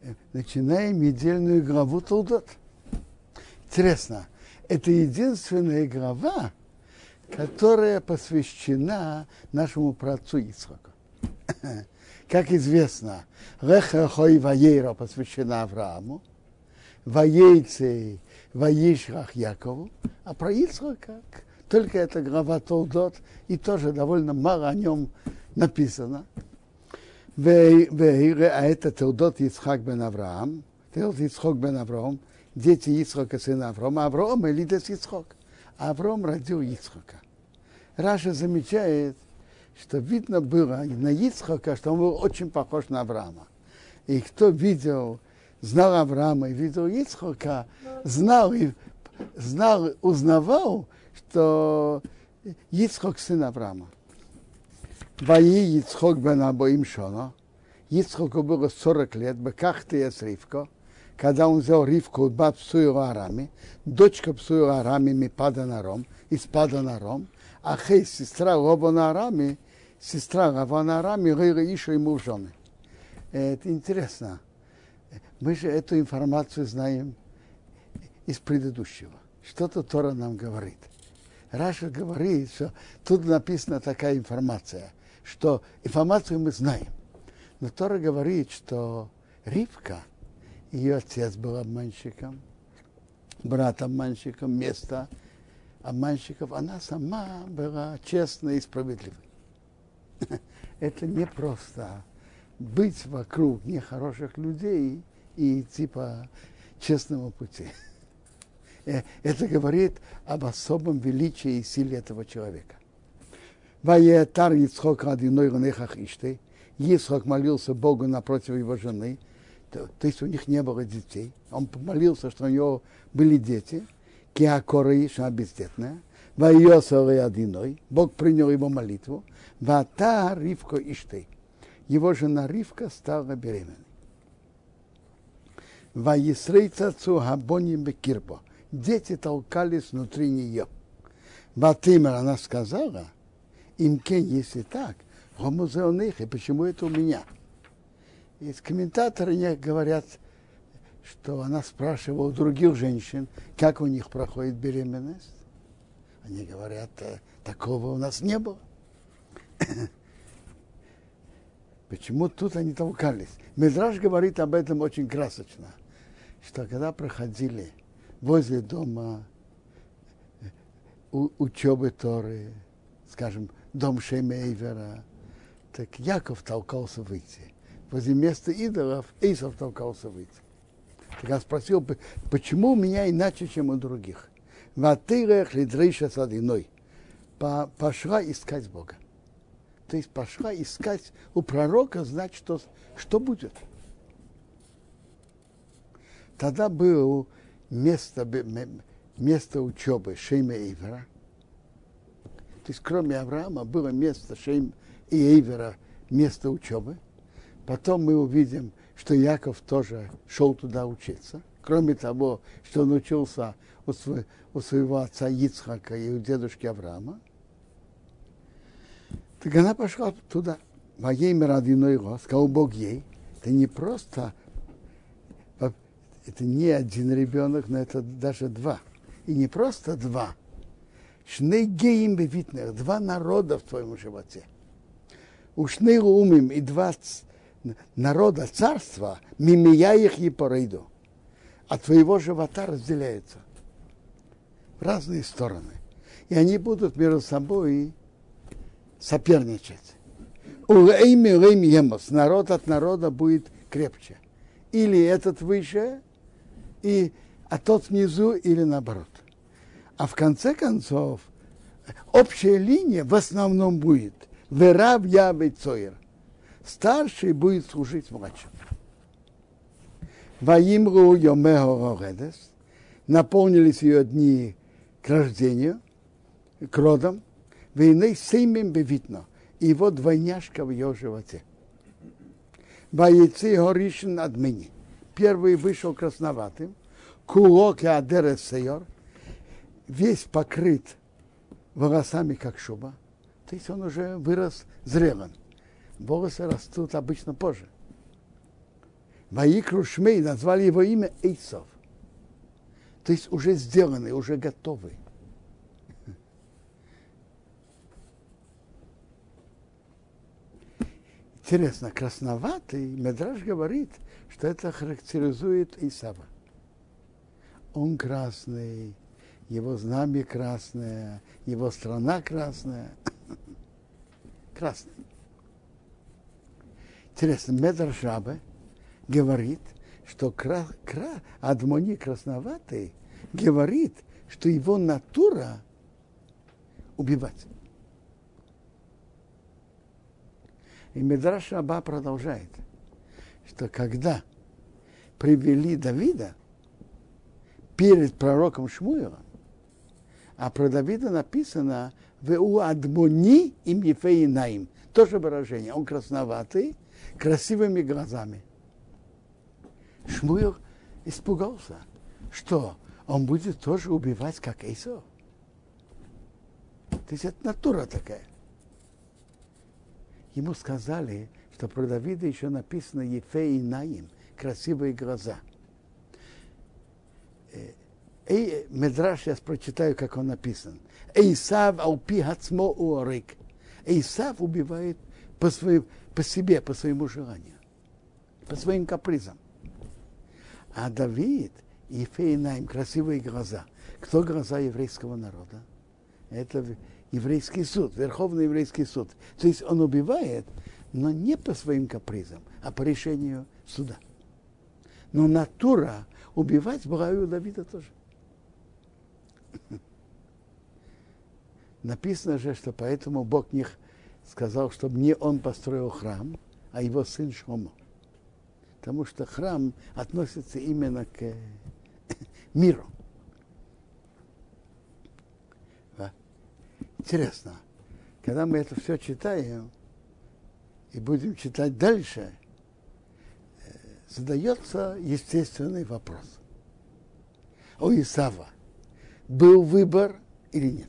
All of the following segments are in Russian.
Начинаем недельную главу Толдот. Интересно, это единственная глава, которая посвящена нашему праотцу Ицхаку. Как известно, Леха Хой Ваейра посвящена Аврааму, Ваейцей Ваишрах Якову, а про Ицхака только эта глава Толдот, и тоже довольно мало о нем написано. А это Толдот Ицхак бен Авраам, Толдот Ицхак бен Авраам, дети Ицхака, сына Авраама. Авраам Элидес Ицхак. Авраам родил Ицхака. Раша замечает, что видно было на Ицхака, что он был очень похож на Авраама. И кто видел, знал Авраама и видел Ицхака, узнавал, что Ицхак сын Авраама. Ваи Ицхак бен Абоим Шона. Ицхаку было 40 лет, бекахты с Ривко, когда он взял Ривку бат Псуила Арами, дочка Псуила Арами из Паданаром, а Хей, сестра Лобана Арами, сестра Лавана Арами, Рейра Ишу ему в жены. Это интересно. Мы же эту информацию знаем из предыдущего. Что-то Тора нам говорит. Раша говорит, что тут написана такая информация, что информацию мы знаем. Но Тора говорит, что Ривка, ее отец был обманщиком, брат обманщиком, место обманщиков, она сама была честной и справедливой. Это не просто быть вокруг нехороших людей и идти по честному пути. Это говорит об особом величии и силе этого человека. Ваетар Ицхак Адиной Ранехах Иштей. Ицхак молился Богу напротив его жены, то есть у них не было детей. Он помолился, что у него были дети. Киакоры, что она бездетная. Ваиосар Адиной. Бог принял его молитву. Вата Ривко Иштей. Его жена Ривка стала беременной. Ваисрейца цу Хабоним Бекирбо. Дети толкались внутри нее. Ватимер, она сказала, им кен, если так, гомозеонехи, почему это у меня? И комментаторы говорят, что она спрашивала у других женщин, как у них проходит беременность. Они говорят, такого у нас не было. Почему тут они толкались? Мидраш говорит об этом очень красочно, что когда проходили возле дома учебы Торы, скажем, дом Шейма-Эйвера, так Яков толкался выйти. Возле места идолов Эйсов толкался выйти. Так я спросил, почему у меня иначе, чем у других? Ватырех лидрейша садиной. Пошла искать Бога. То есть пошла искать у пророка, знать, что будет. Тогда было место учебы Шейма Эйвера. То есть кроме Авраама было место Шейм и Эйвера, место учебы. Потом мы увидим, что Яков тоже шел туда учиться. Кроме того, что он учился у своего отца Ицхака и у дедушки Авраама. Так она пошла туда. Во имя родиной его, сказал Бог ей, это не просто, это не один ребенок, но это даже два. И не просто два. Шней геим бевитнер, два народа в твоем животе. Ушней умим и два народа, царства, мимия их и порейду. От твоего живота разделяются в разные стороны. И они будут между собой соперничать. Народ от народа будет крепче. Или этот выше, а тот внизу, или наоборот. А в конце концов, общая линия в основном будет «Верав явый цоир». Старший будет служить младшим. «Ваимру йомехо рогедес». Наполнились ее дни к рождению, к родам. «Вейней сеймим бевитно». И его двойняшка в ее животе. «Ваеци горишен админи». Первый вышел красноватым. «Кулок и адерес сейор». Весь покрыт волосами, как шуба. То есть он уже вырос зрелым. Волосы растут обычно позже. Ваикру Шмей, назвали его имя Эйсов. То есть уже сделанный, уже готовый. Интересно, красноватый, Медраш говорит, что это характеризует Исава. Он красный, его знамя красное, его страна красная. Красный. Интересно, Медраш Рабе говорит, что Адмони красноватый говорит, что его натура убивать. И Медраш Раба продолжает, что когда привели Давида перед пророком Шмуилом, а про Давида написано «Веу адмони им ефеинаим». Тоже выражение. Он красноватый, красивыми глазами. Шмуил испугался, что он будет тоже убивать, как Эйсов. То есть это натура такая. Ему сказали, что про Давида еще написано «Ефеинаим», красивые глаза. Медраш, я прочитаю, как он написан. Эйсав алпи хацмо уорик. Эйсав убивает по себе, по своему желанию, по своим капризам. А Давид, Ефеинаим, красивые глаза. Кто глаза еврейского народа? Это еврейский суд, Верховный еврейский суд. То есть он убивает, но не по своим капризам, а по решению суда. Но натура убивать была и у Давида тоже. Написано же, что поэтому Бог не сказал, чтобы не он построил храм, а его сын Шломо. Потому что храм относится именно к миру. Интересно, когда мы это все читаем и будем читать дальше, задается естественный вопрос. У Исава был выбор или нет?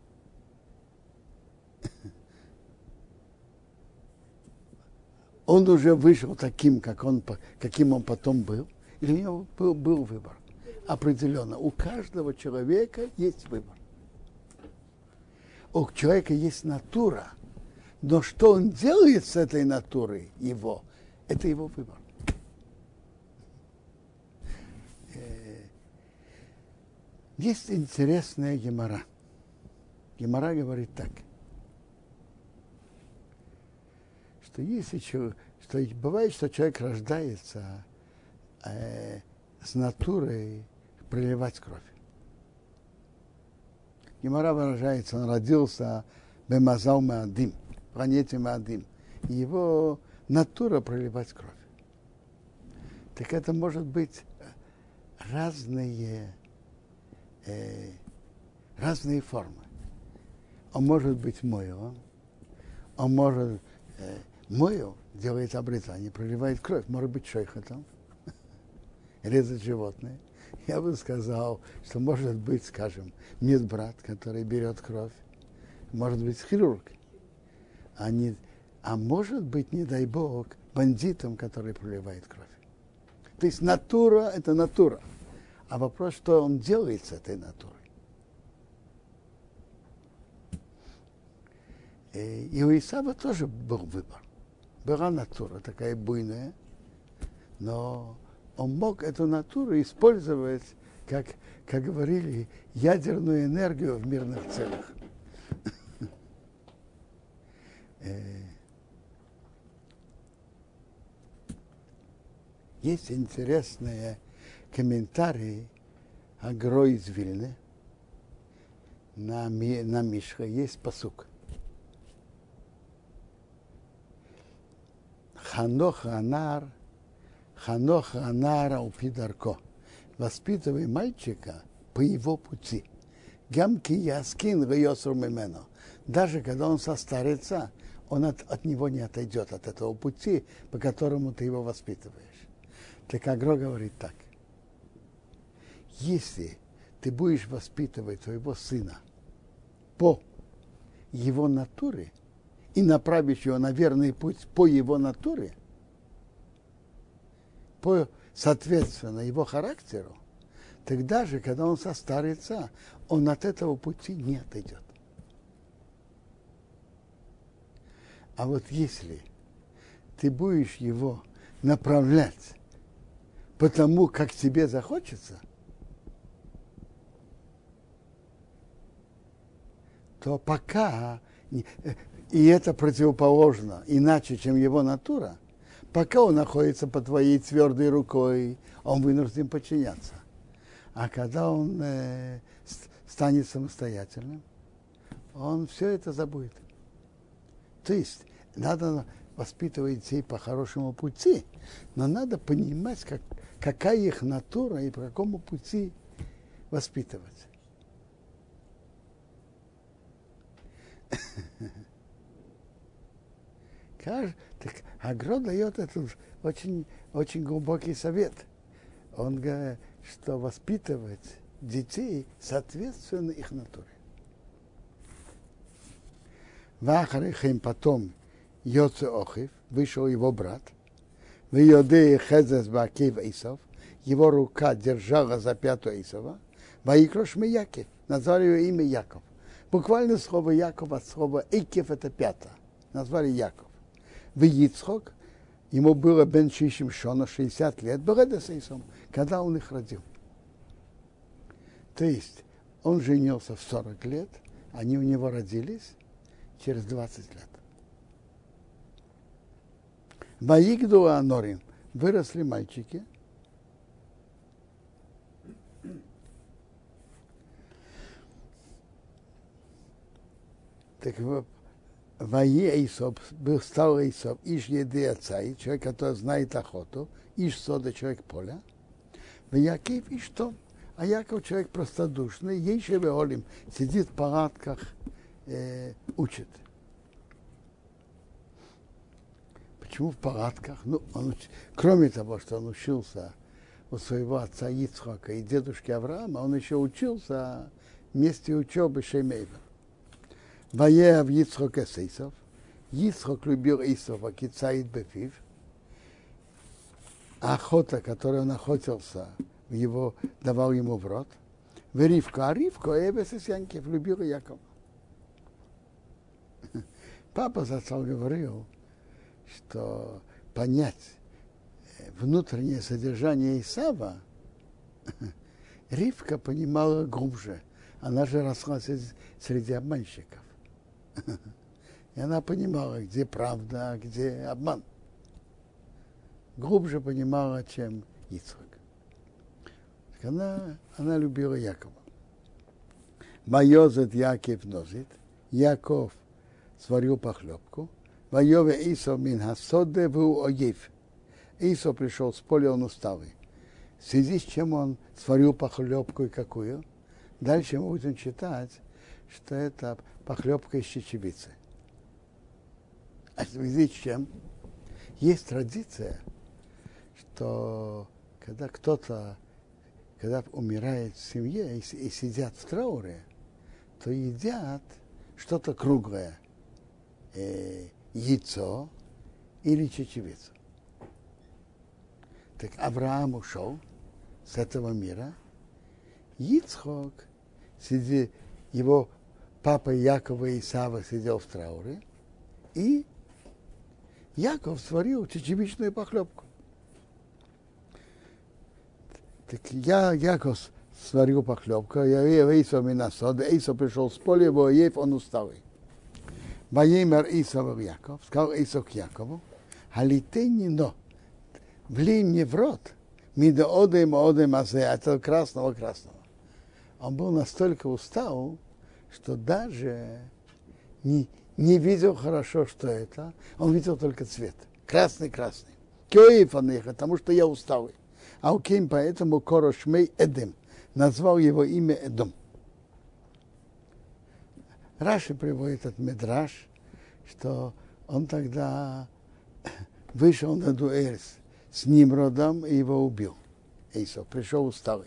Он уже вышел таким, каким он потом был, или у него был выбор? Определенно, у каждого человека есть выбор. У человека есть натура, но что он делает с этой натурой его, это его выбор. Есть интересная гемара. Гемара говорит так, что бывает, что человек рождается с натурой проливать кровь. Гемара выражается, он родился бемазал маадим, в планете маадим. И его натура проливать кровь. Так это может быть разные формы. Он может быть моё, он может моё делает обрезание, проливает кровь, может быть шейхатом, резать животное. Я бы сказал, что может быть, скажем, медбрат, который берет кровь, может быть хирург, а может быть, не дай бог, бандитом, который проливает кровь. То есть натура – это натура. А вопрос, что он делает с этой натурой. И у Исава тоже был выбор. Была натура такая буйная, но он мог эту натуру использовать, как говорили, ядерную энергию в мирных целях. Есть интересные комментарии Агро из Вильны на Мишха. Есть пасук. Ханох анар упидарко. Воспитывай мальчика по его пути. Гамки яскин вейосур мимену. Даже когда он состарится, он от него не отойдет, от этого пути, по которому ты его воспитываешь. Так Агро говорит так. Если ты будешь воспитывать твоего сына по его натуре и направишь его на верный путь по его натуре, соответственно его характеру, тогда же, когда он состарится, он от этого пути не отойдет. А вот если ты будешь его направлять потому, как тебе захочется, то пока, и это противоположно, иначе, чем его натура, пока он находится под твоей твердой рукой, он вынужден подчиняться. А когда он станет самостоятельным, он все это забудет. То есть надо воспитывать детей по хорошему пути, но надо понимать, какая их натура и по какому пути воспитывать. Агро дает этот очень, очень глубокий совет. Он говорит, что воспитывать детей соответственно их натуре. Вахарихим потом Йоце Охив, вышел его брат, в Йодее Хезес Бакив Исов, его рука держала за пяту Исова, Ваикрош Яков, назвали его имя Яков. Буквально слово Яков от слова Экев это пята, назвали Яков. В Ицхок, ему было бен Шишим Шона, 60 лет, когда он их родил. То есть он женился в 40 лет, они у него родились через 20 лет. Ваигду Анорим, выросли мальчики. Так вот, Эйсоп, стал Эйсоп, иш еды отца, человек, который знает охоту, иш сода, человек поля. В Яков и что? А Яков человек простодушный, еще Олим, сидит в палатках, учит. Почему в палатках? Ну, кроме того, что он учился у своего отца Ицхака и дедушки Авраама, он еще учился вместе учебы Шемейва. Ваеав Ицхак Эсейсов. Ицхак любил Исова, кицаид бефив. Охота, которой он охотился, давал ему в рот. Ривка, а Ривка Эвес Янкев любил Якова. Папа зацал говорил, что понять внутреннее содержание Исава Ривка понимала глубже. Она же росла среди обманщиков. И она понимала, где правда, а где обман. Глубже понимала, чем Ицхак. Она любила Якова. Майозет Яков нозит. Яков сварил похлебку. Вайове Исов мин хасоде ву оев. Исов пришел с поля, он усталый. В связи с чем он сварил похлебку и какую? Дальше мы будем читать, что это похлебка из чечевицы. А в связи с чем? Есть традиция, что когда умирает в семье и сидят в трауре, то едят что-то круглое, яйцо или чечевицу. Так Авраам ушел с этого мира, Ицхак, его папа Якова и Исава сидел в трауре, и Яков сварил чечевичную похлебку. Так Яков сварил похлебку, Эйсов минасод, Эйсов пришел с поля, его Ев, он усталый. Ваемер Эйсов Яков, сказал Эйсов к Якову, халитейни но, влей мне в рот, мида одем азе, от красного. Он был настолько устал, что даже не видел хорошо, что это. Он видел только цвет. Красный. Кёифаных, потому что я усталый. А Уким поэтому Корошмей Эдем назвал его имя Эдом. Раши приводит от Медраш, что он тогда вышел на дуэль с Нимродом и его убил. Эйсов пришел усталый.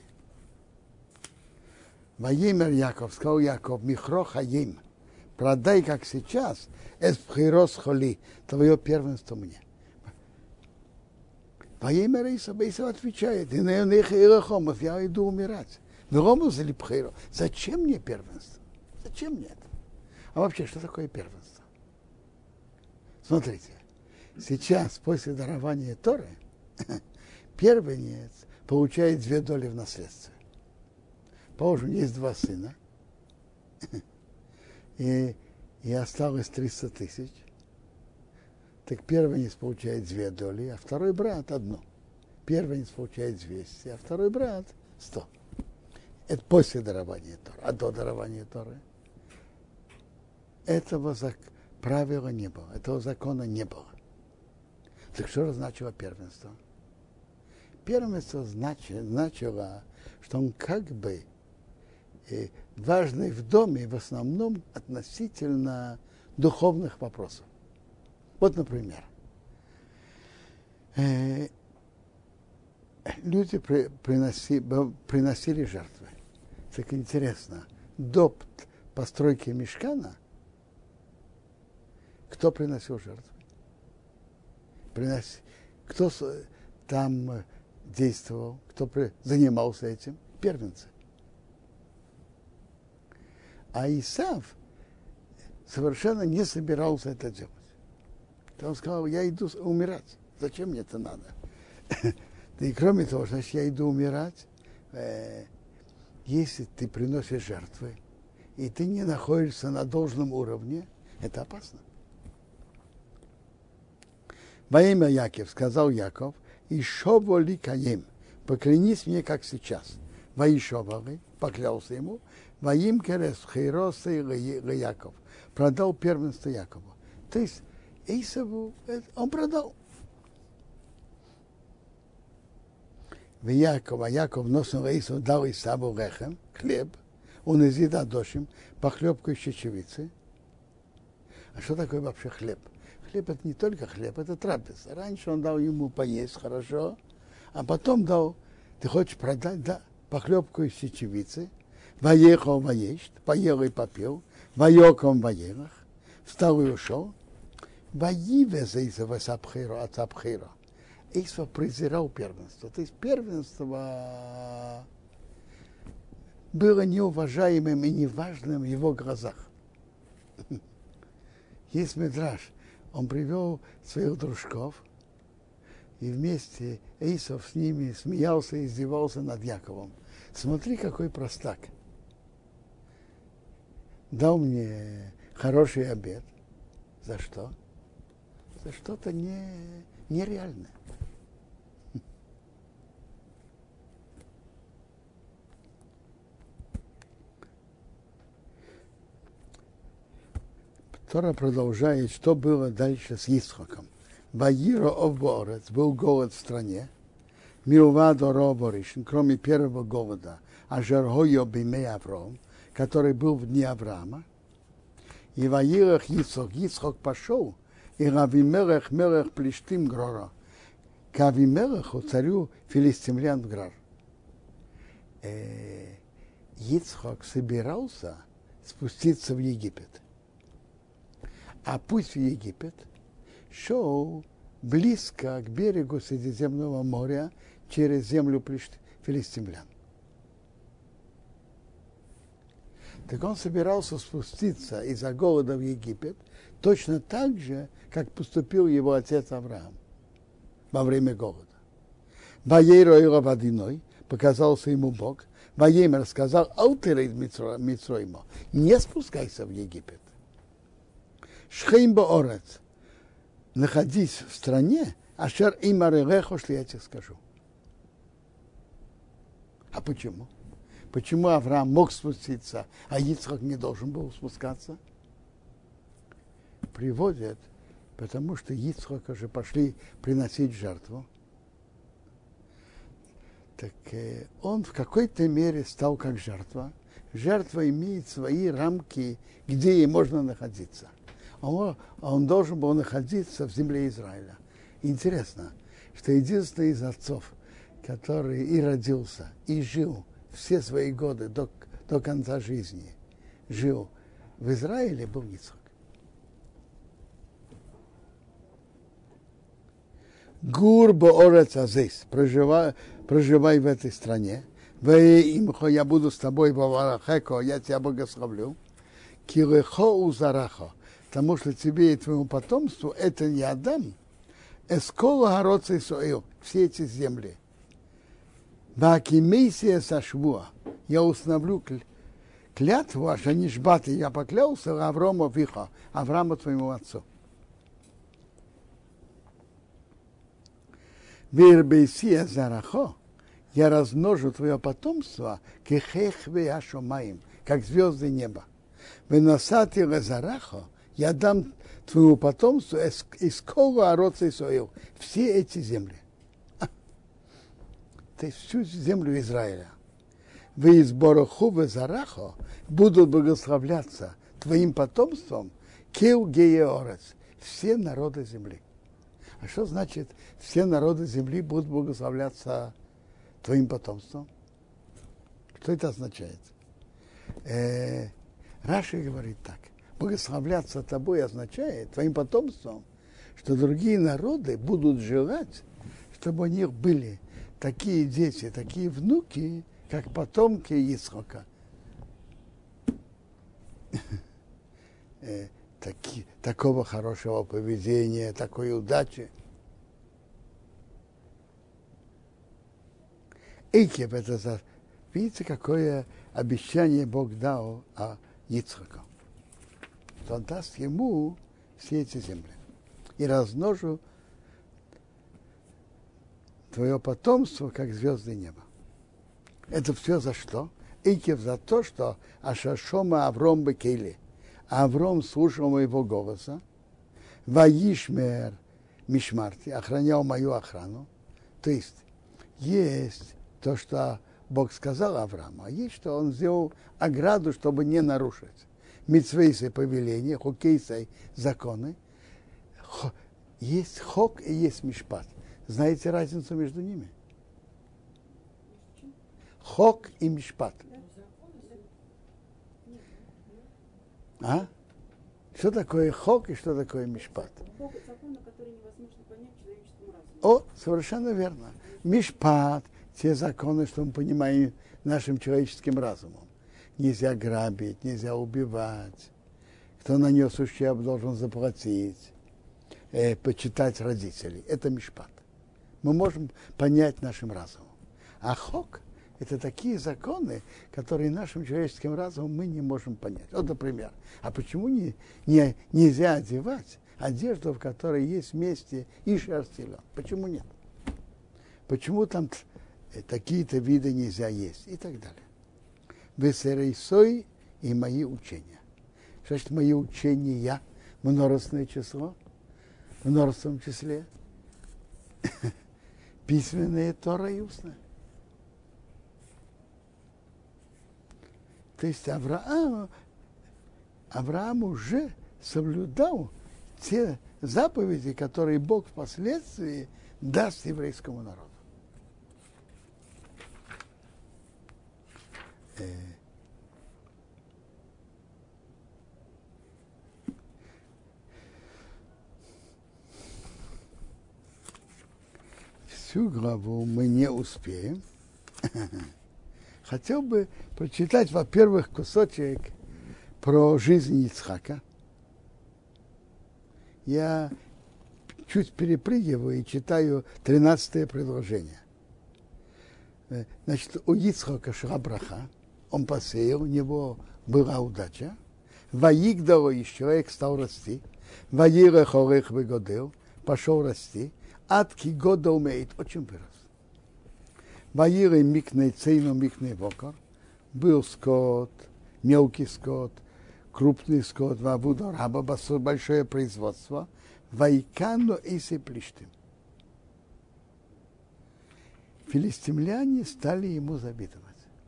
Ваимер Яков, сказал Яков, Михро Хаим, продай, как сейчас, эс пхирос холи, твое первенство мне. Ваимер Исав, Исав отвечает, и на них и Рахомов, я иду умирать. Рому за Липхейро. Зачем мне первенство? Зачем мне это? А вообще, что такое первенство? Смотрите, сейчас, после дарования Торы, первенец получает 2 доли в наследстве. Положим, есть 2 сына, и осталось 300 тысяч. Так первенец получает 2 доли, а второй брат одну. Первенец получает 200, а второй брат 100. Это после дарования Торы. А до дарования Торы этого правила не было, этого закона не было. Так что значило первенство? Первенство значило, что он как бы важный в доме в основном относительно духовных вопросов. Вот, например, люди приносили жертвы. Так интересно, до постройки мишкана кто приносил жертвы? Кто там действовал, кто занимался этим? Первенцы. А Исав совершенно не собирался это делать. Он сказал, я иду умирать. Зачем мне это надо? И кроме того, значит, я иду умирать, если ты приносишь жертвы, и ты не находишься на должном уровне, это опасно. Во имя Яков сказал Яков, «Ишово ли каем, поклянись мне, как сейчас». Ваишовали, поклялся ему, «Ваим керес хейроса и Яков». Продал первенство Якову. То есть Исаву он продал. Яков носил Исаву, дал Исаву рехем, хлеб, он из еда дошим, похлебку из чечевицы. А что такое вообще хлеб? Хлеб это не только хлеб, это трапеза. Раньше он дал ему поесть хорошо, а потом дал, ты хочешь продать, да, похлебку из чечевицы, воехал воесть, поел и попил, воеком воелах, встал и ушел. Воивеза Исава сапхейро от сапхейро. Исав презирал первенство. То есть первенство было неуважаемым и неважным в его глазах. Есть мидраш. Он привел своих дружков, и вместе Исав с ними смеялся и издевался над Яковом. Смотри, какой простак. Дал мне хороший обед. За что? За что-то нереальное. Тора продолжает, что было дальше с Ицхоком. Ваиро овборец, был голод в стране, милвадо роборишн, кроме первого голода, ажерхойо бимей Авром, который был в дни Авраама. И ваирах Ицхок пошел, и Авимелех мелех Плештим Грора, к Авимелеху, царю филистимлян в Грар. Ицхок собирался спуститься в Египет. А путь в Египет шел близко к берегу Средиземного моря через землю филистимлян. Так он собирался спуститься из-за голода в Египет точно так же, как поступил его отец Авраам во время голода. Ваейро Ила водяной, показался ему Бог, Ваеймер сказал, «Алтерейд Мицроймо, не спускайся в Египет. Шхейм баорец, находись в стране, ашер имарелехо, что я тебе скажу». А почему? Почему Авраам мог спуститься, а Ицхак не должен был спускаться? Приводят, потому что Ицхака же пошли приносить жертву. Так он в какой-то мере стал как жертва. Жертва имеет свои рамки, где ей можно находиться. Он должен был находиться в земле Израиля. Интересно, что единственный из отцов, который и родился, и жил все свои годы до конца жизни, жил в Израиле, был Ицхак. Гур боорец азис, проживай в этой стране. Имхо, я буду с тобой, баварахеко, я тебя благословлю. Килехо узарахо, потому что тебе и твоему потомству это не отдам. Эскола гороца и соил, все эти земли. Бакимейсия сашвуа, я установлю клятву, а не жбаты, я поклялся Аврому вихо, Аврааму твоему отцу. Вербейсия зарахо, я размножу твое потомство, кехехве ашомаим, как звезды неба. Выносати лазарахо, я дам твоему потомству из кого ороца и соил, все эти земли. То есть всю землю Израиля. Вы из Бороху в Зарахо будут благословляться твоим потомством, кеу георец, все народы земли. А что значит все народы земли будут благословляться твоим потомством? Что это означает? Раши говорит так. Благословляться тобой означает, твоим потомством, что другие народы будут желать, чтобы у них были такие дети, такие внуки, как потомки Ицхака. Такого хорошего поведения, такой удачи. Эйкев, это видите, какое обещание Бог дал Ицхаку. Что он даст ему все эти земли. И размножу твое потомство, как звезды неба. Это все за что? Эйкев за то, что Ашашома Авром Бекейли. Авром слушал моего голоса. Ваишмер Мишмарти, охранял мою охрану. То есть то, что Бог сказал Аврааму, а есть, что он сделал ограду, чтобы не нарушить. Мицвейсы повеления, хокейсы законы. Есть хок и есть мишпат. Знаете разницу между ними? Хок и мишпат. А? Что такое хок и что такое мишпат? Хок — это законы, которые невозможно понять человеческим разумом. О, совершенно верно. Мишпат – те законы, что мы понимаем нашим человеческим разумом. Нельзя грабить, нельзя убивать. Кто нанес ущерб, должен заплатить. Почитать родителей. Это мишпат. Мы можем понять нашим разумом. А хок – это такие законы, которые нашим человеческим разумом мы не можем понять. Вот, например, а почему нельзя одевать одежду, в которой есть вместе и шерсть, и лен? Почему нет? Почему там такие-то виды нельзя есть? И так далее. Весерейсой и мои учения. Что значит мои учения? Множественное число. В множественном числе. Письменные, Тора и устные. То есть Авраам уже соблюдал те заповеди, которые Бог впоследствии даст еврейскому народу. Всю главу мы не успеем. Хотел бы прочитать, во-первых, кусочек про жизнь Ицхака. Я чуть перепрыгиваю и читаю 13-е предложение. Значит, у Ицхака шла браха, он посеял, у него была удача. Ваигдало, и человек стал расти. Ваирех орех выгодил, пошел расти. Адки года умеет, очень вырос. Ваиры микней цейну микней вокор. Был скот, мелкий скот, крупный скот, вабуда раба, большое производство. Вайкану иси плиштим. Филистимляне стали ему завидовать.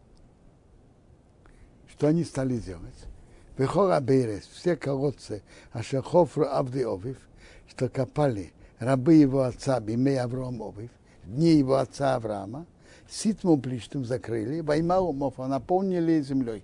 Что они стали делать? Вехора бейрес, все колодцы, ашахофру авды овив, что копали рабы его отца, бимей Авраам овив, дни его отца Авраама, ситму плиштым закрыли, ваймау мофа наполнили землей.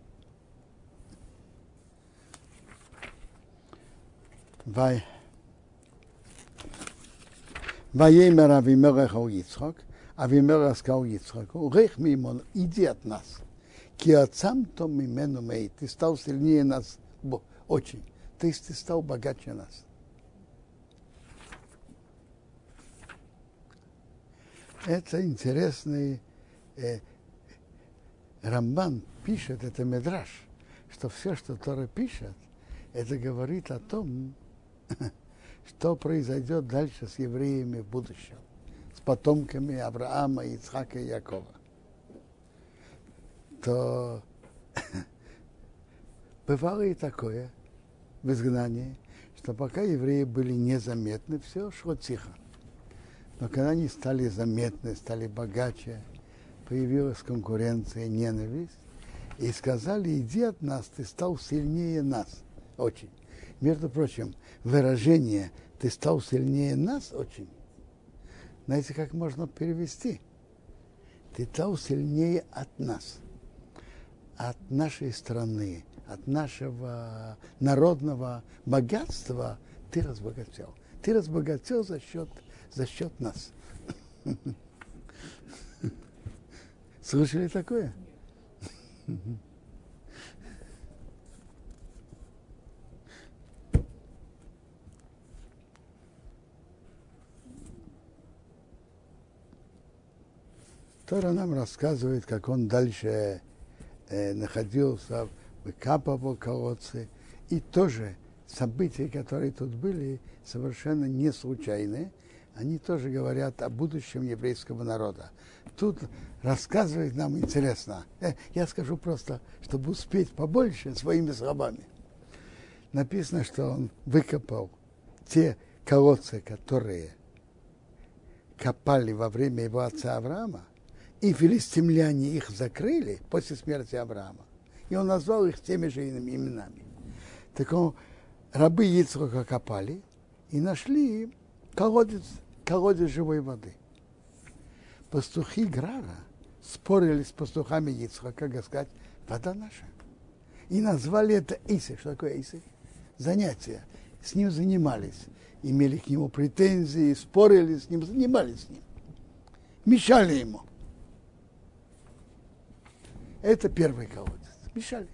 Ваеймер Авимелех у Ицхак, Авимелех сказал Ицхаку, рейх мимон, иди от нас. Ки отцам то мимену мей, ты стал сильнее нас очень. То есть ты стал богаче нас. Это интересный Рамбан пишет, это Медраш, что все, что Тора пишет, это говорит о том, что произойдет дальше с евреями в будущем, с потомками Авраама, Ицхака и Якова. То бывало и такое в изгнании, что пока евреи были незаметны, все шло тихо. Но когда они стали заметны, стали богаче, появилась конкуренция, ненависть, и сказали, иди от нас, ты стал сильнее нас. Очень. Между прочим, выражение «ты стал сильнее нас» очень. Знаете, как можно перевести? Ты стал сильнее от нас, от нашей страны, от нашего народного богатства ты разбогател. Ты разбогател за счет нас. Слышали такое? Тора нам рассказывает, как он дальше находился, выкапывал колодцы. И тоже события, которые тут были, совершенно не случайные. Они тоже говорят о будущем еврейского народа. Тут рассказывает нам интересно. Я скажу просто, чтобы успеть побольше своими словами. Написано, что он выкопал те колодцы, которые копали во время его отца Авраама, и филистимляне их закрыли после смерти Авраама. И он назвал их теми же именами. Так он, рабы Ицхака копали и нашли колодец живой воды. Пастухи Грара спорили с пастухами Ицхака, как сказать, вода наша. И назвали это Исей. Что такое Исей? Занятия. С ним занимались. Имели к нему претензии, спорили с ним, занимались с ним. Мешали ему. Это первый колодец. Мешали.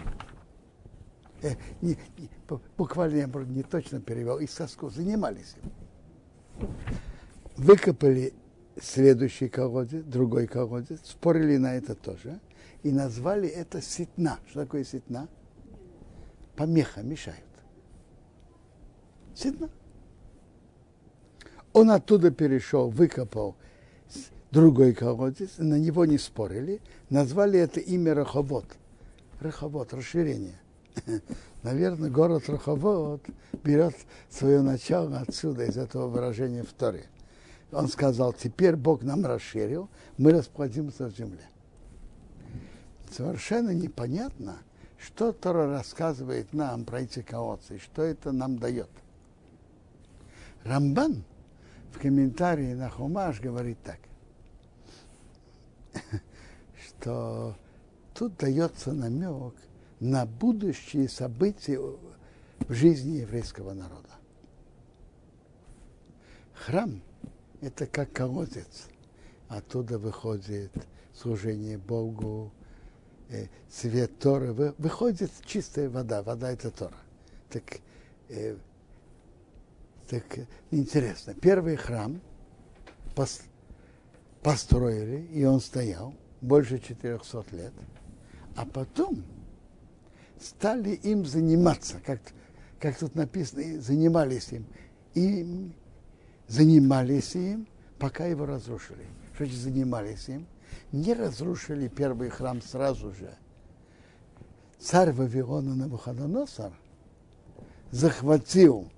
Буквально я не точно перевел. Из соску занимались им. Выкопали следующий колодец, другой колодец, спорили на это тоже, и назвали это ситна. Что такое ситна? Помеха, мешают. Ситна. Он оттуда перешел, выкопал другой колодец, на него не спорили, назвали это имя Реховот. Реховот, расширение. Наверное, город Реховот берет свое начало отсюда, из этого выражения в Торе. Он сказал, теперь Бог нам расширил, мы расплодимся в земле. Совершенно непонятно, что Тора рассказывает нам про эти колодцы, что это нам дает. Рамбан в комментарии на Хумаш говорит так, что тут дается намек на будущие события в жизни еврейского народа. Храм – это как колодец. Оттуда выходит служение Богу, свет Торы, выходит чистая вода. Вода – это Тора. Так интересно. Первый храм построили, и он стоял больше 400 лет. А потом стали им заниматься, как тут написано, занимались им. И занимались им, пока его разрушили. Что значит занимались им? Не разрушили первый храм сразу же. Царь Вавилона Навуходоносор захватил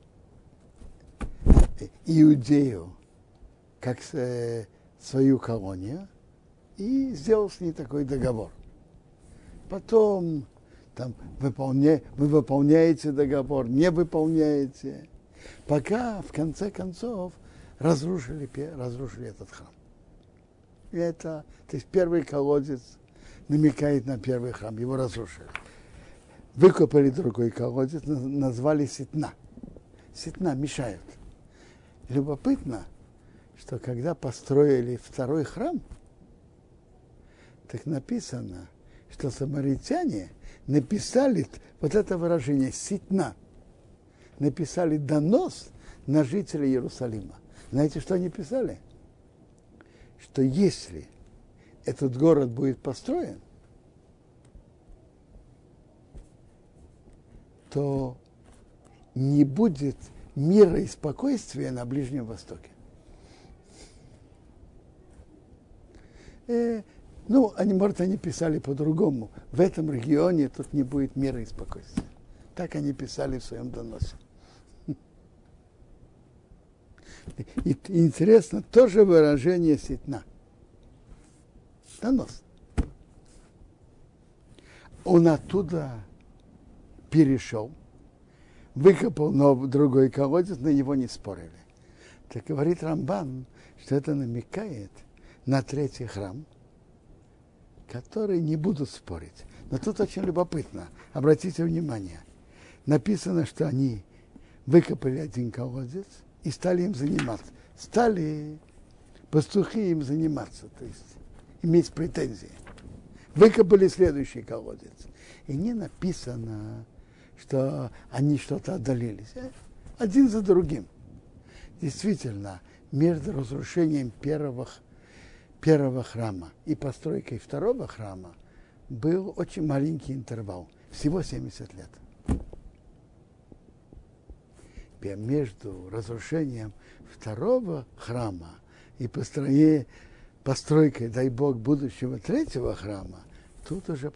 Иудею как свою колонию и сделал с ней такой договор. Потом там вы выполняете договор, не выполняете, пока в конце концов разрушили этот храм. И это, то есть первый колодец намекает на первый храм, его разрушили. Выкопали другой колодец, назвали Ситна. Ситна мешают. Любопытно, что когда построили второй храм, так написано, что самаритяне написали вот это выражение «ситна», написали донос на жителей Иерусалима. Знаете, что они писали? Что если этот город будет построен, то не будет мира и спокойствия на Ближнем Востоке. Они писали по-другому. В этом регионе тут не будет мира и спокойствия. Так они писали в своем доносе. И интересно, тоже выражение ситна. Донос. Он оттуда перешел, выкопал другой колодец, на него не спорили. Так говорит Рамбан, что это намекает на третий храм, который не будут спорить. Но тут очень любопытно. Обратите внимание. Написано, что они выкопали один колодец и стали им заниматься. Стали пастухи им заниматься, то есть иметь претензии. Выкопали следующий колодец. И не написано, что они что-то отдалились. Один за другим. Действительно, между разрушением первого храма и постройкой второго храма был очень маленький интервал. Всего 70 лет. Между разрушением второго храма и постройкой, дай Бог, будущего третьего храма, тут уже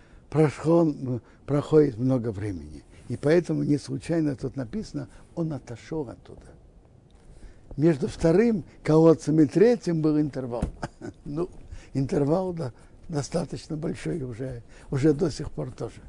проходит много времени. И поэтому не случайно тут написано, он отошел оттуда. Между вторым колодцем и третьим был интервал. Интервал достаточно большой уже до сих пор тоже.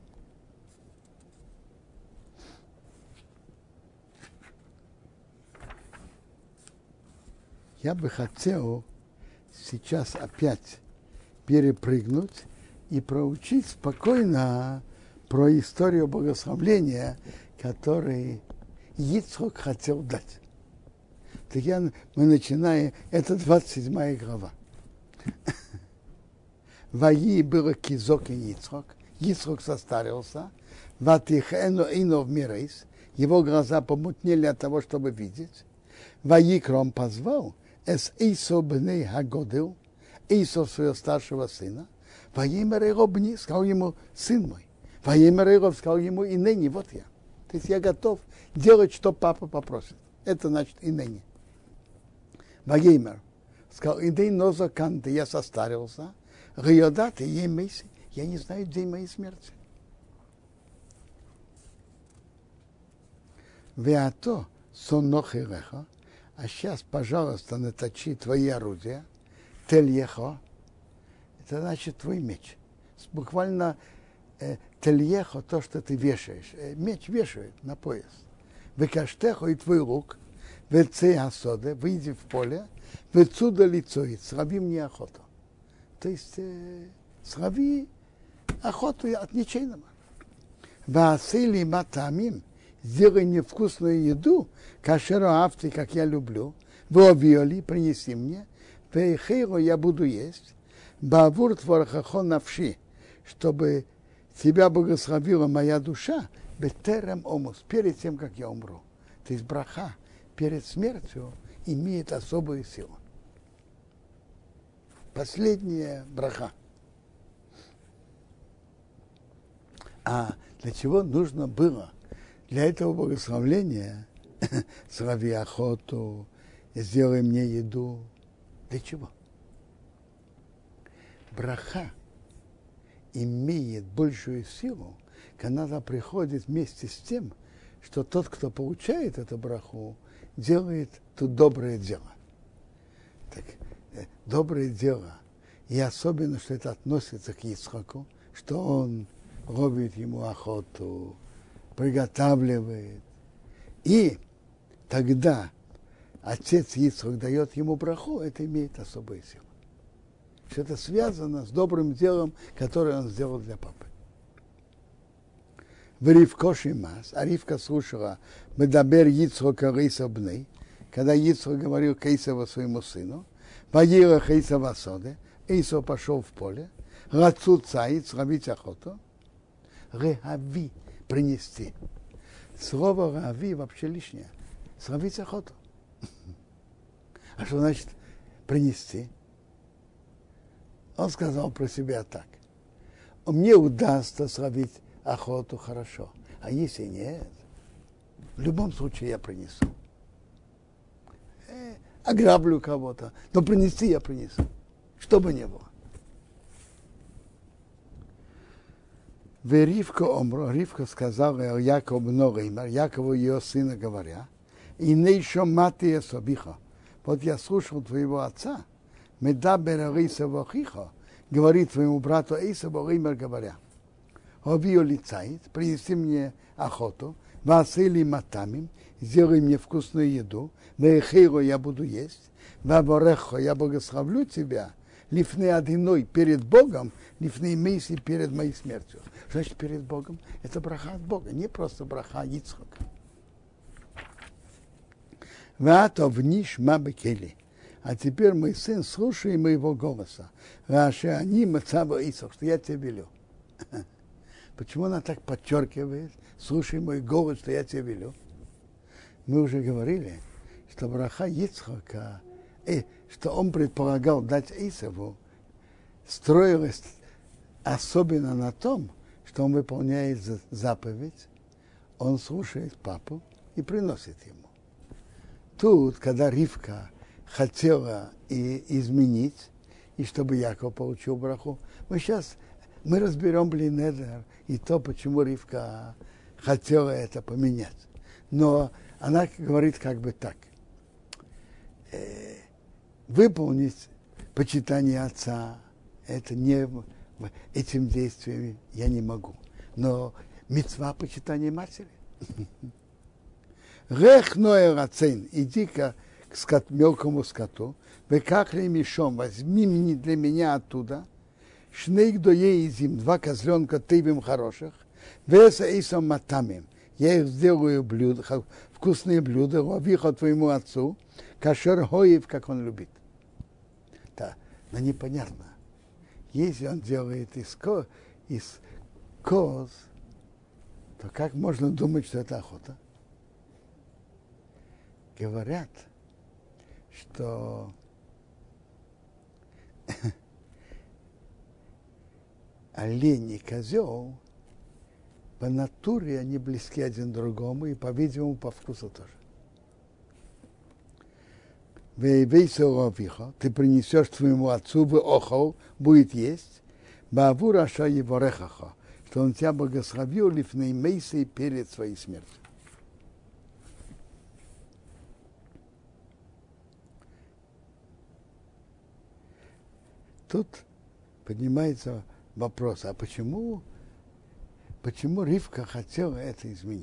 Я бы хотел сейчас опять перепрыгнуть и проучить спокойно про историю богословления, который Ицхок хотел дать. Так мы начинаем, это 27 глава. Ваи было кизок и Ицхок. Ицхок состарился. Ватихену инов мирейс. Его глаза помутнели от того, чтобы видеть. Ваикром позвал Исо бней Хагодил, Исо своего старшего сына. Ваимер его бни, сказал ему, сын мой. Ваимер его сказал ему, и ныне, вот я. То есть я готов делать, что папа попросит. Это значит и ныне. Ваимер сказал, иди ноза канты, я состарился. Гайодат и емейси, я не знаю день моей смерти. Веато сонохиреха, а сейчас, пожалуйста, наточи твои орудия, тельехо, это значит твой меч. Буквально тельехо, то, что ты вешаешь. Меч вешают на пояс. Векаштехо и твой лук, вецей асоде, выйди в поле, вецуда лицоит, сраби мне охоту. То есть сраби охоту от ничейного. Ваасили матамим, сделай мне вкусную еду, кашеру авты, как я люблю, вовиоли, принеси мне, вейхейру я буду есть, бавур творхахо навши, чтобы тебя благословила моя душа, бетерем омус, перед тем, как я умру. То есть браха перед смертью имеет особую силу. Последняя браха. А для чего нужно было? Для этого благословления срави охоту, сделай мне еду. Для чего? Браха имеет большую силу, когда она приходит вместе с тем, что тот, кто получает эту браху, делает тут доброе дело. Так, доброе дело, и особенно, что это относится к Ицхаку, что он ловит ему охоту, приготавливает. И тогда отец Ицхак дает ему браху, это имеет особую силу. Что это связано с добрым делом, которое он сделал для папы. В Ривко Шимас, а Ривка слушала, «Медабер Ицхак Исо бней», когда Ицхак говорил к Эйсаву своему сыну, «Ваирах Эйсав асоде», Эйсав пошел в поле, «Рацу цаит», сравить охоту, «Реави», принести. Слово «реави» вообще лишнее. Сравить охоту. А что значит принести? Он сказал про себя так. Мне удастся сравить охоту хорошо. А если нет, в любом случае я принесу. Ограблю кого-то, но принести я принесу. Что бы ни было. Ривка сказала Якову Ногеймер, Якову ее сына говоря, и не еще мати собиха. Вот я слушал твоего отца, медабер Эйсава хиха, говорит твоему брату Эйсаву Геймер, говоря, обию лицает, принеси мне охоту, васили матамим, сделай мне вкусную еду, вехейро я буду есть, ваборехо я благословлю тебя, лифны одиной перед Богом, лифны мейси перед моей смертью. Что значит перед Богом? Это браха от Бога, не просто браха Ицхака. А теперь мой сын, слушай моего голоса. Они мацава Ицхак, что я тебе велю. Почему она так подчеркивает? Слушай мой голос, что я тебе велю. Мы уже говорили, что браха Ицхака, что он предполагал дать Исаву, строилась особенно на том, что он выполняет заповедь, он слушает папу и приносит ему. Тут, когда Ривка хотела изменить, и чтобы Яков получил браху, мы разберем Блинедер и то, почему Ривка хотела это поменять. Но она говорит как бы так. Выполнить почитание отца, это не этим действием я не могу. Но мицва почитания матери. Рех ноэ рацин, иди-ка к мелкому скоту, векахли мишом, возьми для меня оттуда, шнейк доей зим, 2 козленка тыбим хороших, веса эйсом матамим, я их сделаю блюда, вкусные блюда, ловиха твоему отцу, кашер хоев, как он любит. Да, но непонятно. Если он делает из коз, то как можно думать, что это охота? Говорят, что олень и козел по натуре они близки один другому и, по-видимому, по вкусу тоже. Ты принесешь твоему отцу в охол, будет есть, баву раша его рехаха, что он тебя благословил лифней мейсей перед своей смертью. Тут поднимается вопрос, а почему Ривка хотела это изменить?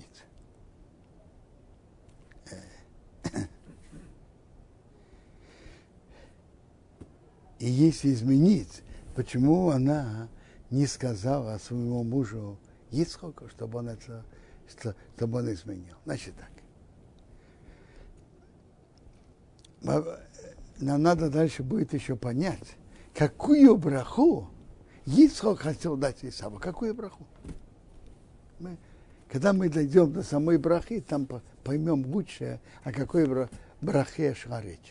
И если изменить, почему она не сказала своему мужу Ицхаку, чтобы он изменил? Значит так. Нам надо дальше будет еще понять, какую браху Ицхак хотел дать Исаву. Какую браху? Когда мы дойдем до самой брахи, там поймем лучше, о какой брахе шла речь.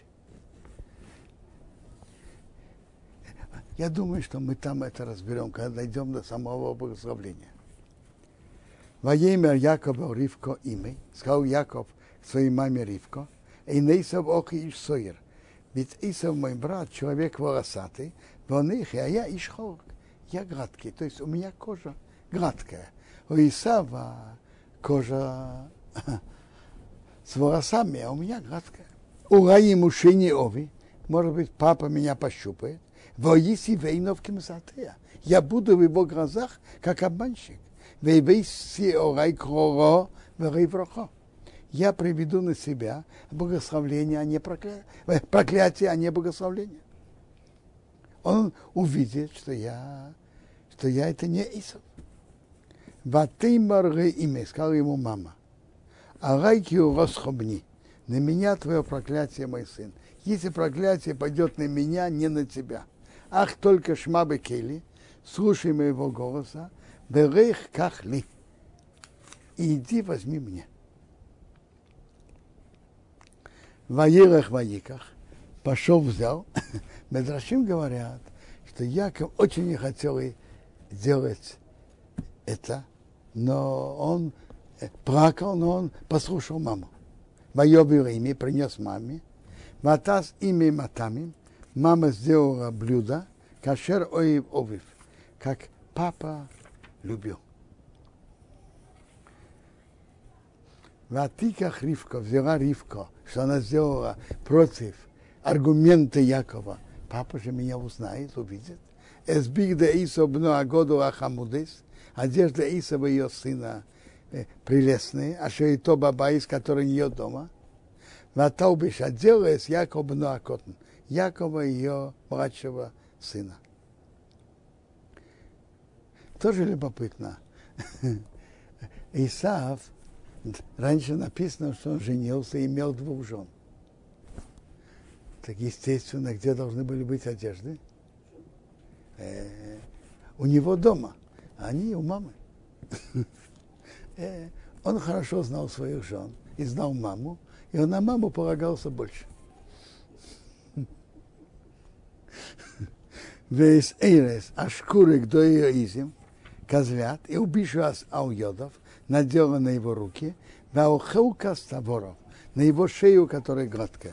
Я думаю, что мы там это разберем, когда дойдем до самого благословления. Воемер Якова Ривко имя, сказал Яков своей маме Ривко, и Нейсов охи иш сойер. Ведь Исав мой брат, человек волосатый, вонихи, а я иш хорк. Я гладкий, то есть у меня кожа гладкая. У Исава кожа с волосами, а у меня гладкая. У Раи мушини ови, может быть, папа меня пощупает. Воиси вейновки мсатея. Я буду в его глазах как обманщик. Вейвейси орай кроро вейврохо. Я приведу на себя благословление, а не проклятие, а не благословление. Он увидит, что я это не Исав. Ватеймар имя, сказала ему мама. Арайки уросхобни. на меня твое проклятие, мой сын. Если проклятие пойдет на меня, не на тебя. Ах, только шмабы кели, слушай моего голоса, берех кахли. И иди, возьми мне. Ваирах ваиках. Пошел, взял. Медрашим говорят, что Яков очень не хотел делать это, но он плакал, но он послушал маму. Воевил ими, принес маме. Ватас ими матами. Мама сделала блюдо, кашер оив овив, как папа любил. Ватиках Ривка, взяла Ривка, что она сделала против аргумента Якова. Папа же меня узнает, увидит. Эсбигда Исо бно агоду ахамудес, одежда Исова ее сына прелестные, а что и то бабаис, который ее дома. Ватаубиш отделалась Яков бно акотн, Якова ее младшего сына. Тоже любопытно. Исав, раньше написано, что он женился и имел 2 жен. Так, естественно, где должны были быть одежды? У него дома, а они у мамы. Он хорошо знал своих жен и знал маму, и он на маму полагался больше. Весь эйрес, а шкурик до ее изим, козлят, и убишу ауйодов, надела на его руки, ваухелка ставоров, на его шею, которая гладкая.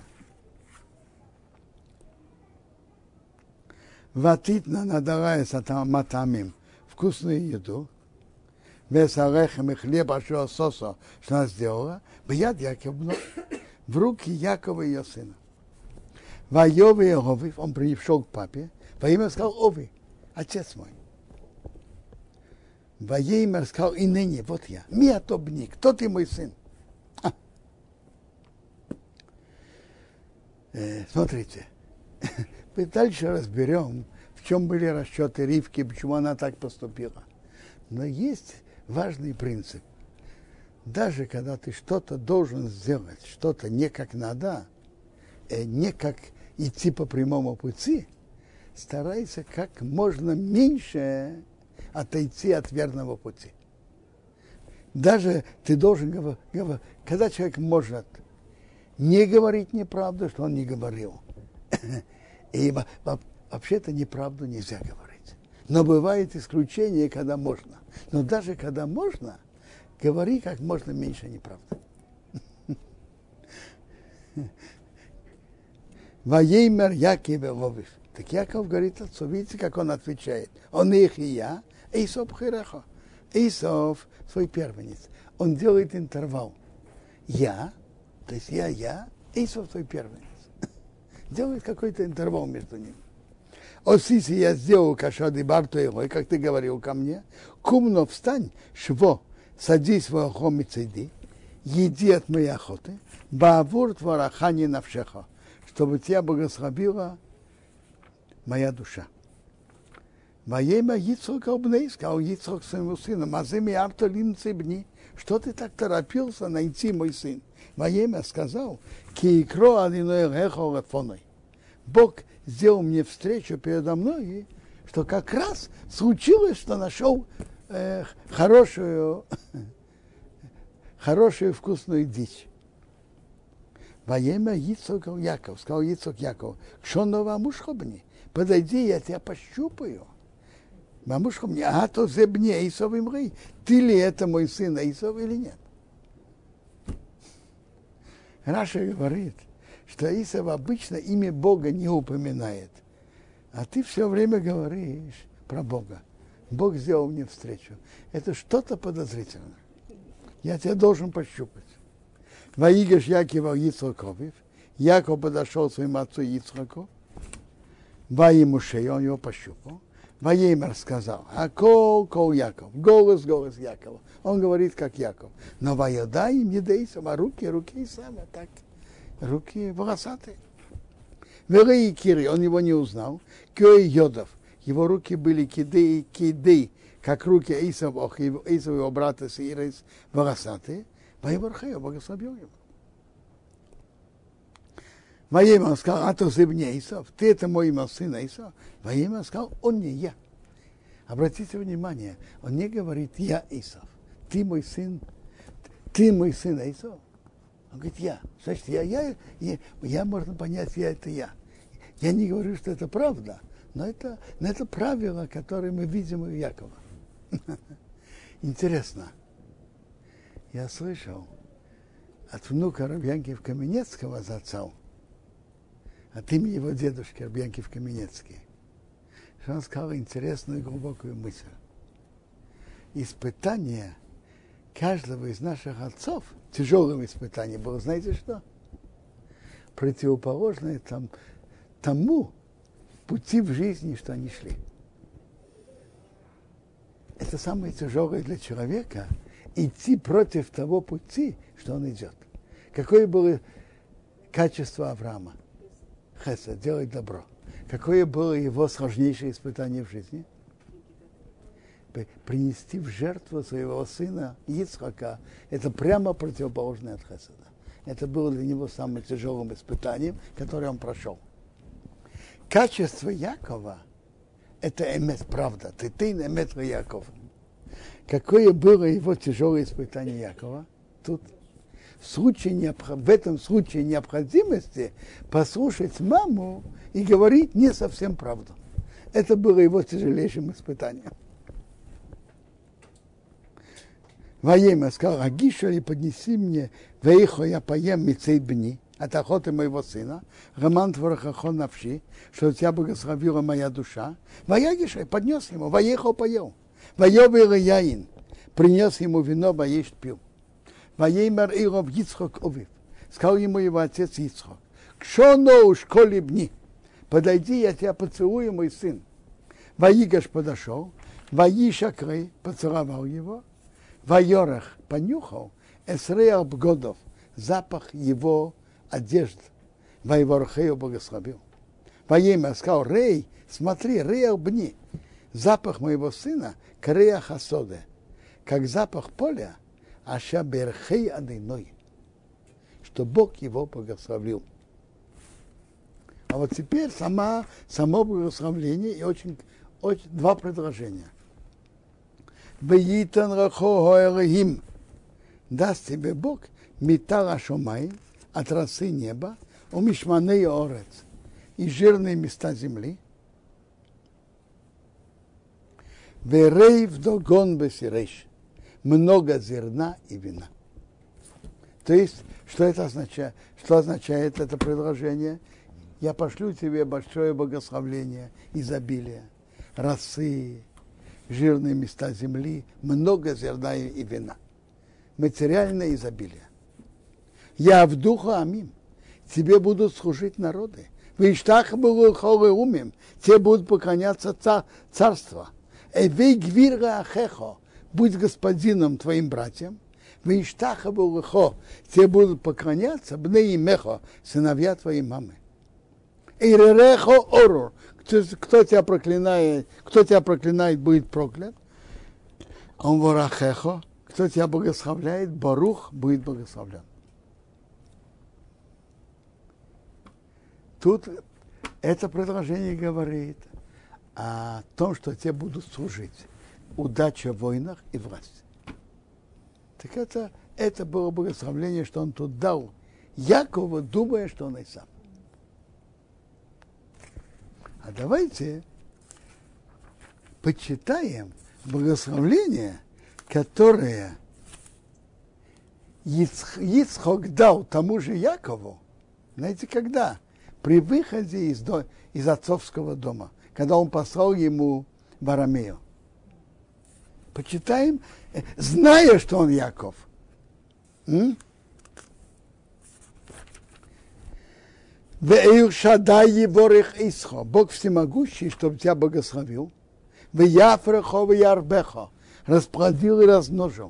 Ватитна надала матамим вкусную еду, без орехом и хлеба, что сосо, что она сделала, бьяд Яков, в руки Якова ее сына. Вайове и Овив, он пришел к папе, во имя сказал Ови, отец мой. Ваеймер сказал, и ныне, вот я, миатобни, кто ты, мой сын? Смотрите, мы дальше разберем, в чем были расчеты Ривки, почему она так поступила. Но есть важный принцип. Даже когда ты что-то должен сделать, что-то не как надо, не как идти по прямому пути, старайся как можно меньше отойти от верного пути. Даже ты должен говорить, когда человек может не говорить неправду, что он не говорил. И вообще-то неправду нельзя говорить. Но бывает исключение, когда можно. Но даже когда можно, говори как можно меньше неправды. Ваеймер Яков Ловив. Так Яков говорит отцу, видите, как он отвечает. Он их и я, Эйсов Хирехо. Эйсов свой первенец. Он делает интервал. Я, то есть я, Эйсов твой первенец. Делает какой-то интервал между ними. Осиси я сделал кашады барту его, как ты говорил ко мне, кумно встань, шво, садись в охом и цеди, еди от моей охоты, баавур тварахани навшеха, чтобы тебя благословила моя душа. Воема Йицхок обней, сказал Йицхок своему сыну, мазыми артолим цибни, что ты так торопился найти, мой сын? Воема сказал, киикро алиной рехо лефоной. Бог сделал мне встречу передо мной, что как раз случилось, что нашел хорошую вкусную дичь. Воема Йицхок Яков, сказал Йицхок Яков, кшонова мушхобни, подойди, я тебя пощупаю. Мамушка мне, то зебне Исов имри, ты ли это мой сын Исов или нет? Раша говорит, что Исов обычно имя Бога не упоминает, а ты все время говоришь про Бога. Бог сделал мне встречу. Это что-то подозрительное. Я тебя должен пощупать. Ваигаш Якова Йицхаковив, Яков подошел к своему отцу Йицхаку, Ваиму шею, он его пощупал. Ваеймер сказал, кол Яков, голос Якова. Он говорит, как Яков. Но ваядай им едейсом, а руки Исава, так, руки волосатые. Верей Кири, он его не узнал. Кёй Йодов, его руки были кидей, как руки Исава, его брата Сирис, волосатые. Ваевархею, благословил его. Воемя он сказал, а то сын мне Исав, ты это мой имя сын Исав. Воемя он сказал, он не я. Обратите внимание, он не говорит, я Исав, ты мой сын Исав. Он говорит, я. Значит, я можно понять, это я. Я не говорю, что это правда, но это правило, которое мы видим у Якова. Интересно. Я слышал от внука Рабьянкива Каменецкого зацал, от имени его дедушки Рабьянкив Каменецкий, что он сказал интересную и глубокую мысль. Испытание каждого из наших отцов, тяжелым испытанием было, знаете что? Противоположное тому пути в жизни, что они шли. Это самое тяжелое для человека – идти против того пути, что он идет. Какое было качество Авраама? Хесед, делать добро. Какое было его сложнейшее испытание в жизни? Принести в жертву своего сына Ицхака. Это прямо противоположное от Хеседа. Это было для него самым тяжелым испытанием, которое он прошел. Качество Якова – это эмет, правда. Ты эмет Яков. Какое было его тяжелое испытание Якова? Тут в этом случае необходимости послушать маму и говорить не совсем правду. Это было его тяжелейшим испытанием. Воемя сказал, Агиша, и поднеси мне, вейхо я поем мицейт бни, от охоты моего сына, роман творахахон навши, что у тебя благословила моя душа. Воягиша, поднес ему, воехал поел. Воевый яин, принес ему вино, воесть пил. Воемер Иров Ицхок Овив, сказал ему его отец Ицхок, кшоно уж коли бни, подойди, я тебя поцелую, мой сын. Воигаш подошел, воишакры, поцеловал его, воерах понюхал, эсреал бгодов, запах его одежд, воеворхею благословил. Воемя сказал, рей, смотри, реал бни, запах моего сына, крея хасоде, как запах поля, аша берхей адыной, что Бог его благословил. А вот теперь само благословление и очень два предложения. Веитан рахо Элохим, даст тебе Бог митара шомай, от росы неба, у мишманей орец, и жирные места земли. Верейв догон бесиреш, много зерна и вина. То есть, что это означает? Что означает это предложение? Я пошлю тебе большое благословление, изобилие, росы, жирные места земли, много зерна и вина. Материальное изобилие. Я в духу амим. Тебе будут служить народы. В Иштах был холы умим. Тебе будут поклоняться царства. Эвей гвирга ахехо. Будь господином твоим братьям. В Иштах был лихо. Тебе будут поклоняться бней мехо, сыновья твоей мамы. Эйререхо орур. Кто тебя проклинает, будет проклят. Он ворахехо. Кто тебя благословляет, барух, будет благословлен. Тут это предложение говорит о том, что тебе будут служить удача в войнах и власть. Так это было благословление, что он тут дал Якову, думая, что он и сам. А давайте почитаем благословление, которое Ицхок дал тому же Якову. Знаете, когда? При выходе из отцовского дома, когда он послал ему в Арамею. Почитаем, зная, что он Яков. Бог всемогущий, чтобы тебя благословил. Расплодил и размножил.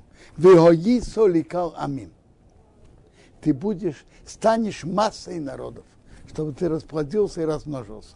Ты станешь массой народов, чтобы ты расплодился и размножился.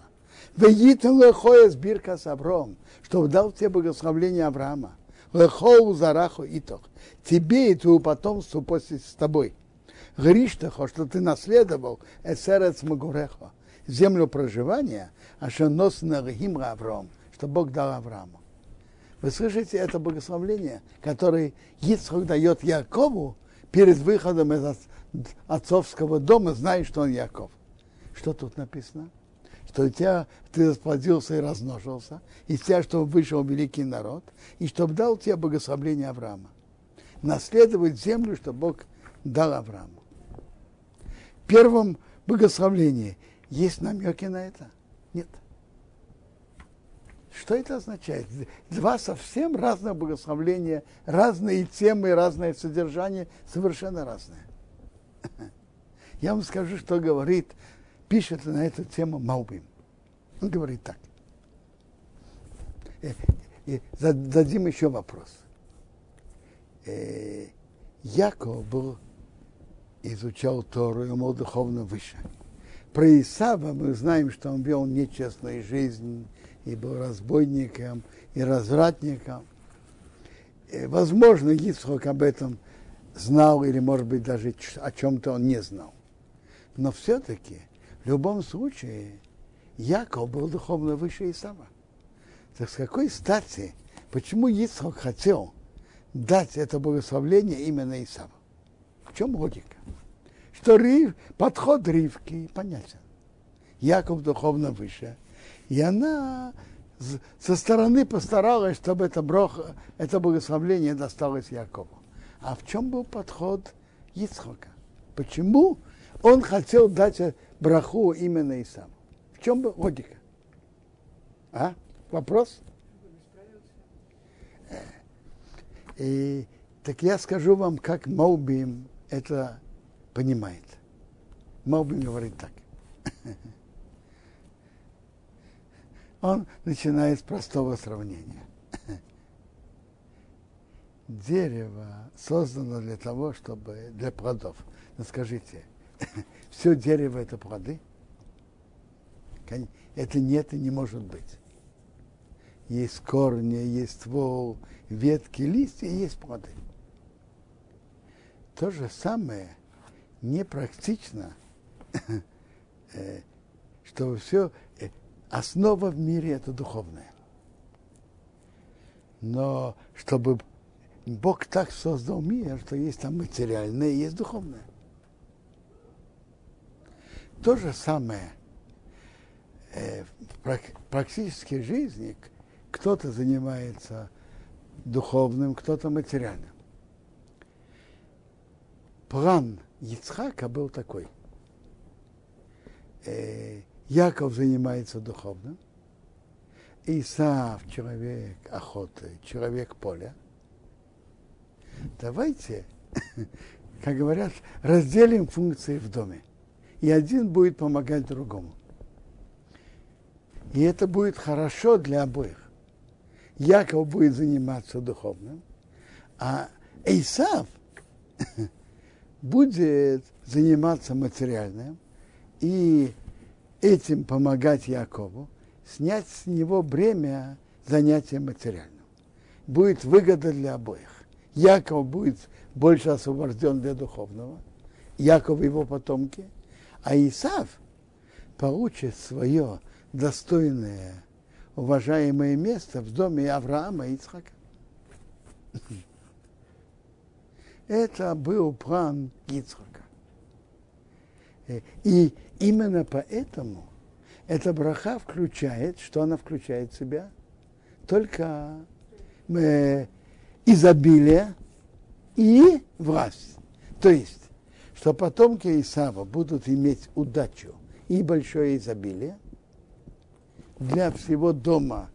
Чтобы дал тебе благословление Авраама. Тебе и твоему потомству с тобой. Гриштахо, что ты наследовал эсерец Магурехо, землю проживания, ашенос нагимра Авраам, что Бог дал Аврааму. Вы слышите это благословление, которое Ицхак дает Якову перед выходом из отцовского дома, зная, что он Яков. Что тут написано? Что у тебя ты расплодился и размножился, из тебя, чтобы вышел великий народ, и чтобы дал тебе благословение Авраама. Наследовать землю, что Бог дал Аврааму. В первом благословении есть намеки на это? Нет. Что это означает? Два совсем разных благословения, разные темы, разное содержание, совершенно разное. Я вам скажу, что говорит, пишет на эту тему Малбим. Он говорит так. И зададим еще вопрос. Яков изучал Тору и был духовно выше. Про Исава мы знаем, что он вел нечестную жизнь, и был разбойником, и развратником. Возможно, Ицхак об этом знал, или, может быть, даже о чем-то он не знал. Но все-таки, в любом случае, Яков был духовно выше Исава. Так с какой стати, почему Ицхак хотел дать это благословение именно Исаву? В чем логика? Что подход Ривки понятен. Яков духовно выше. И она со стороны постаралась, чтобы это благословение досталось Якову. А в чем был подход Ицхака? Почему он хотел дать браху именно Исаву? В чем была логика? А? Вопрос? Так я скажу вам, как Малбим это понимает. Малбим говорит так. Он начинает с простого сравнения. Дерево создано для того, чтобы для плодов. Но скажите, все дерево это плоды? Это нет и не может быть. Есть корни, есть ствол, ветки, листья, и есть плоды. То же самое непрактично, что все основа в мире это духовное. Но чтобы Бог так создал мир, что есть там материальное и есть духовное. То же самое в практической жизни кто-то занимается духовным, кто-то материальным. План Ицхака был такой. Яков занимается духовным, Исав человек охоты, человек поля. Давайте, как говорят, разделим функции в доме, и один будет помогать другому. И это будет хорошо для обоих. Яков будет заниматься духовным, а Исав будет заниматься материальным и этим помогать Якову, снять с него бремя занятия материальным. Будет выгода для обоих. Яков будет больше освобожден для духовного, Яков и его потомки, а Исав получит свое достойное, уважаемое место в доме Авраама и Ицхака. Это был план Ицхака. И именно поэтому эта браха включает, что она включает в себя? Только изобилие и власть. То есть, что потомки Исава будут иметь удачу и большое изобилие для всего дома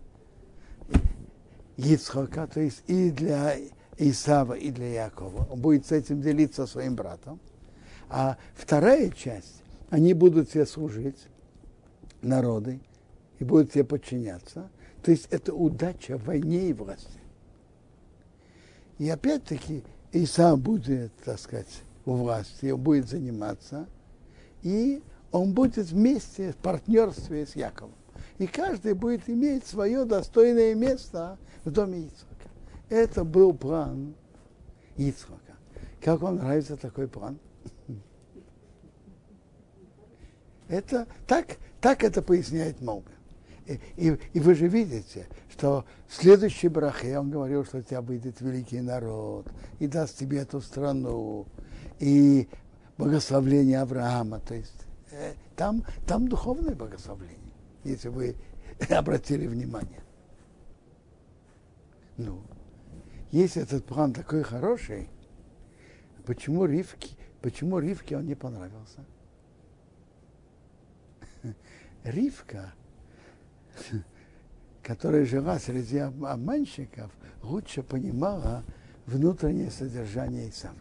Ицхака, то есть и для Исава, и для Якова. Он будет с этим делиться своим братом. А вторая часть, они будут себе служить, народы, и будут себе подчиняться. То есть это удача в войне и власти. И опять-таки Исав будет, так сказать, у власти, он будет заниматься, и он будет вместе в партнерстве с Яковом. И каждый будет иметь свое достойное место в доме Ицхака. Это был план Ицхака. Как вам нравится такой план? Это так это поясняет Малбим. И вы же видите, что в следующей брахе он говорил, что у тебя выйдет великий народ, и даст тебе эту страну, и благословление Авраама. То есть там духовное благословление, если вы обратили внимание. Ну, если этот план такой хороший, почему Ривке он не понравился? Ривка, которая жила среди обманщиков, лучше понимала внутреннее содержание Исава.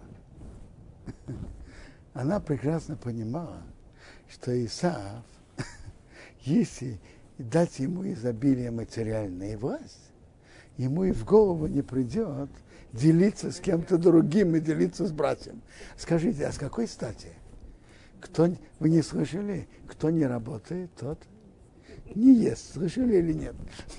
Она прекрасно понимала, что Исав, если дать ему изобилие материальной и власть, ему и в голову не придет делиться с кем-то другим и делиться с братьям. Скажите, а с какой стати? Вы не слышали? Кто не работает, тот не ест. Слышали или нет?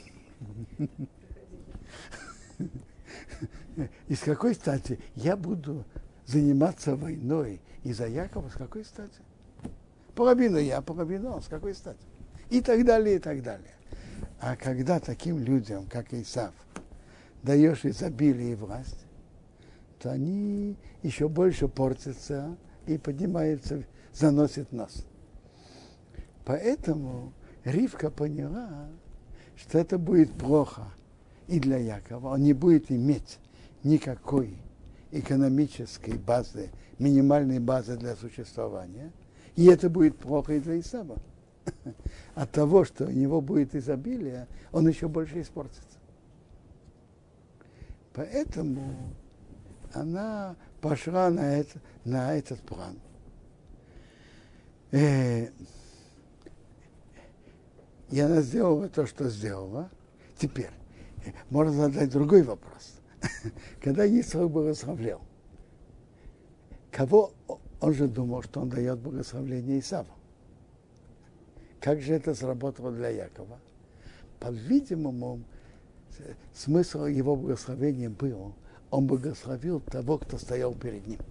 И с какой стати я буду заниматься войной из-за Якова? С какой стати? Половину я, половину он. С какой стати? И так далее, и так далее. А когда таким людям, как Исав, даешь изобилие и власть, то они еще больше портятся и поднимаются, заносят нос. Поэтому Ривка поняла, что это будет плохо и для Якова. Он не будет иметь никакой экономической базы, минимальной базы для существования. И это будет плохо и для Исава. От того, что у него будет изобилие, он еще больше испортится. Поэтому она пошла на этот план. И она сделала то, что сделала. Теперь можно задать другой вопрос. Когда Ицхак благословлял, кого он же думал, что он дает благословление Исаву? Как же это сработало для Якова? По-видимому, смысл его благословения был, он благословил того, кто стоял перед ним.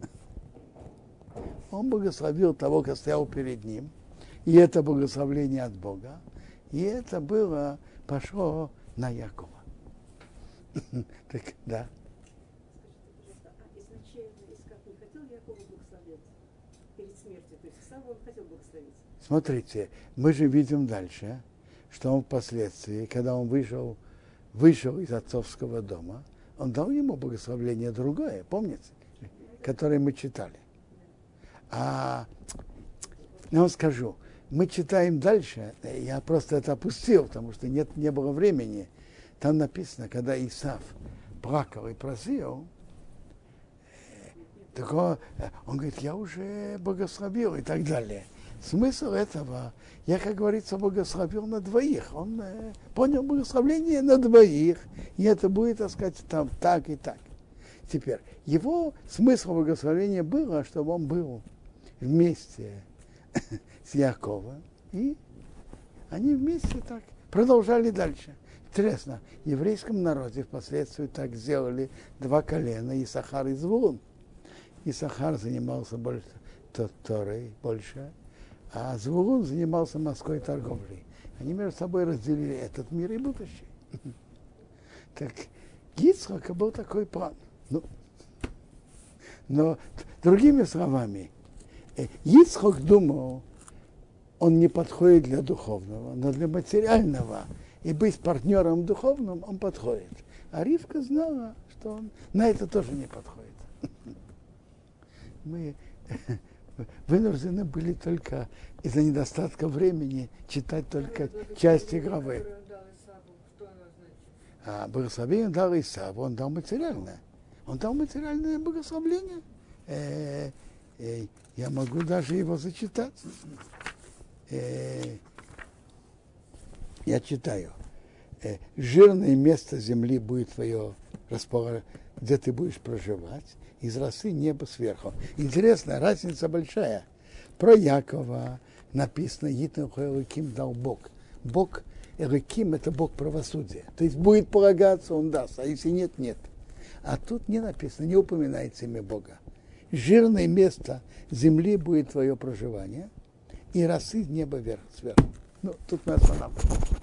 Он благословил того, кто стоял перед ним, и это благословение от Бога, и это пошло на Якова. Так, да. Скажите, пожалуйста, а изначально Искав не хотел Якова благословлять перед смертью? То есть Исава он хотел благословить? Смотрите, мы же видим дальше, что он впоследствии, когда он вышел из отцовского дома, он дал ему благословление другое, помните, которое мы читали. Я вам скажу, мы читаем дальше, я просто это опустил, потому что не было времени. Там написано, когда Исав плакал и просил, так он говорит, я уже благословил и так далее. Смысл этого, я, как говорится, благословил на двоих. Он понял благословление на двоих, и это будет, так сказать, там так и так. Теперь, его смысл благословения было, чтобы он был вместе с Яковом, и они вместе так продолжали дальше. Интересно, в еврейском народе впоследствии так сделали два колена, Исахар и Звулун. Исахар занимался больше Торой, а Звулун занимался морской торговлей. Они между собой разделили этот мир и будущее. Так Ицхака был такой план. Но другими словами, Ицхак думал, он не подходит для духовного, но для материального. И быть партнером духовным он подходит. А Ривка знала, что он на это тоже не подходит. Мы вынуждены были только из-за недостатка времени читать только части главы. А благословение дал Исаву, он дал материальное. Он дал материальное благословение. Я могу даже его зачитать. Я читаю. Жирное место земли будет твое, где ты будешь проживать, из росы неба сверху. Интересно, разница большая. Про Якова написано «Йитнех Элоким дал Бог». Бог Элоким – это Бог правосудия. То есть будет полагаться, он даст, а если нет, нет. А тут не написано, не упоминается имя Бога. Жирное место земли будет твое проживание, и росы неба вверх, сверху. Ну, тут мы останавливаемся.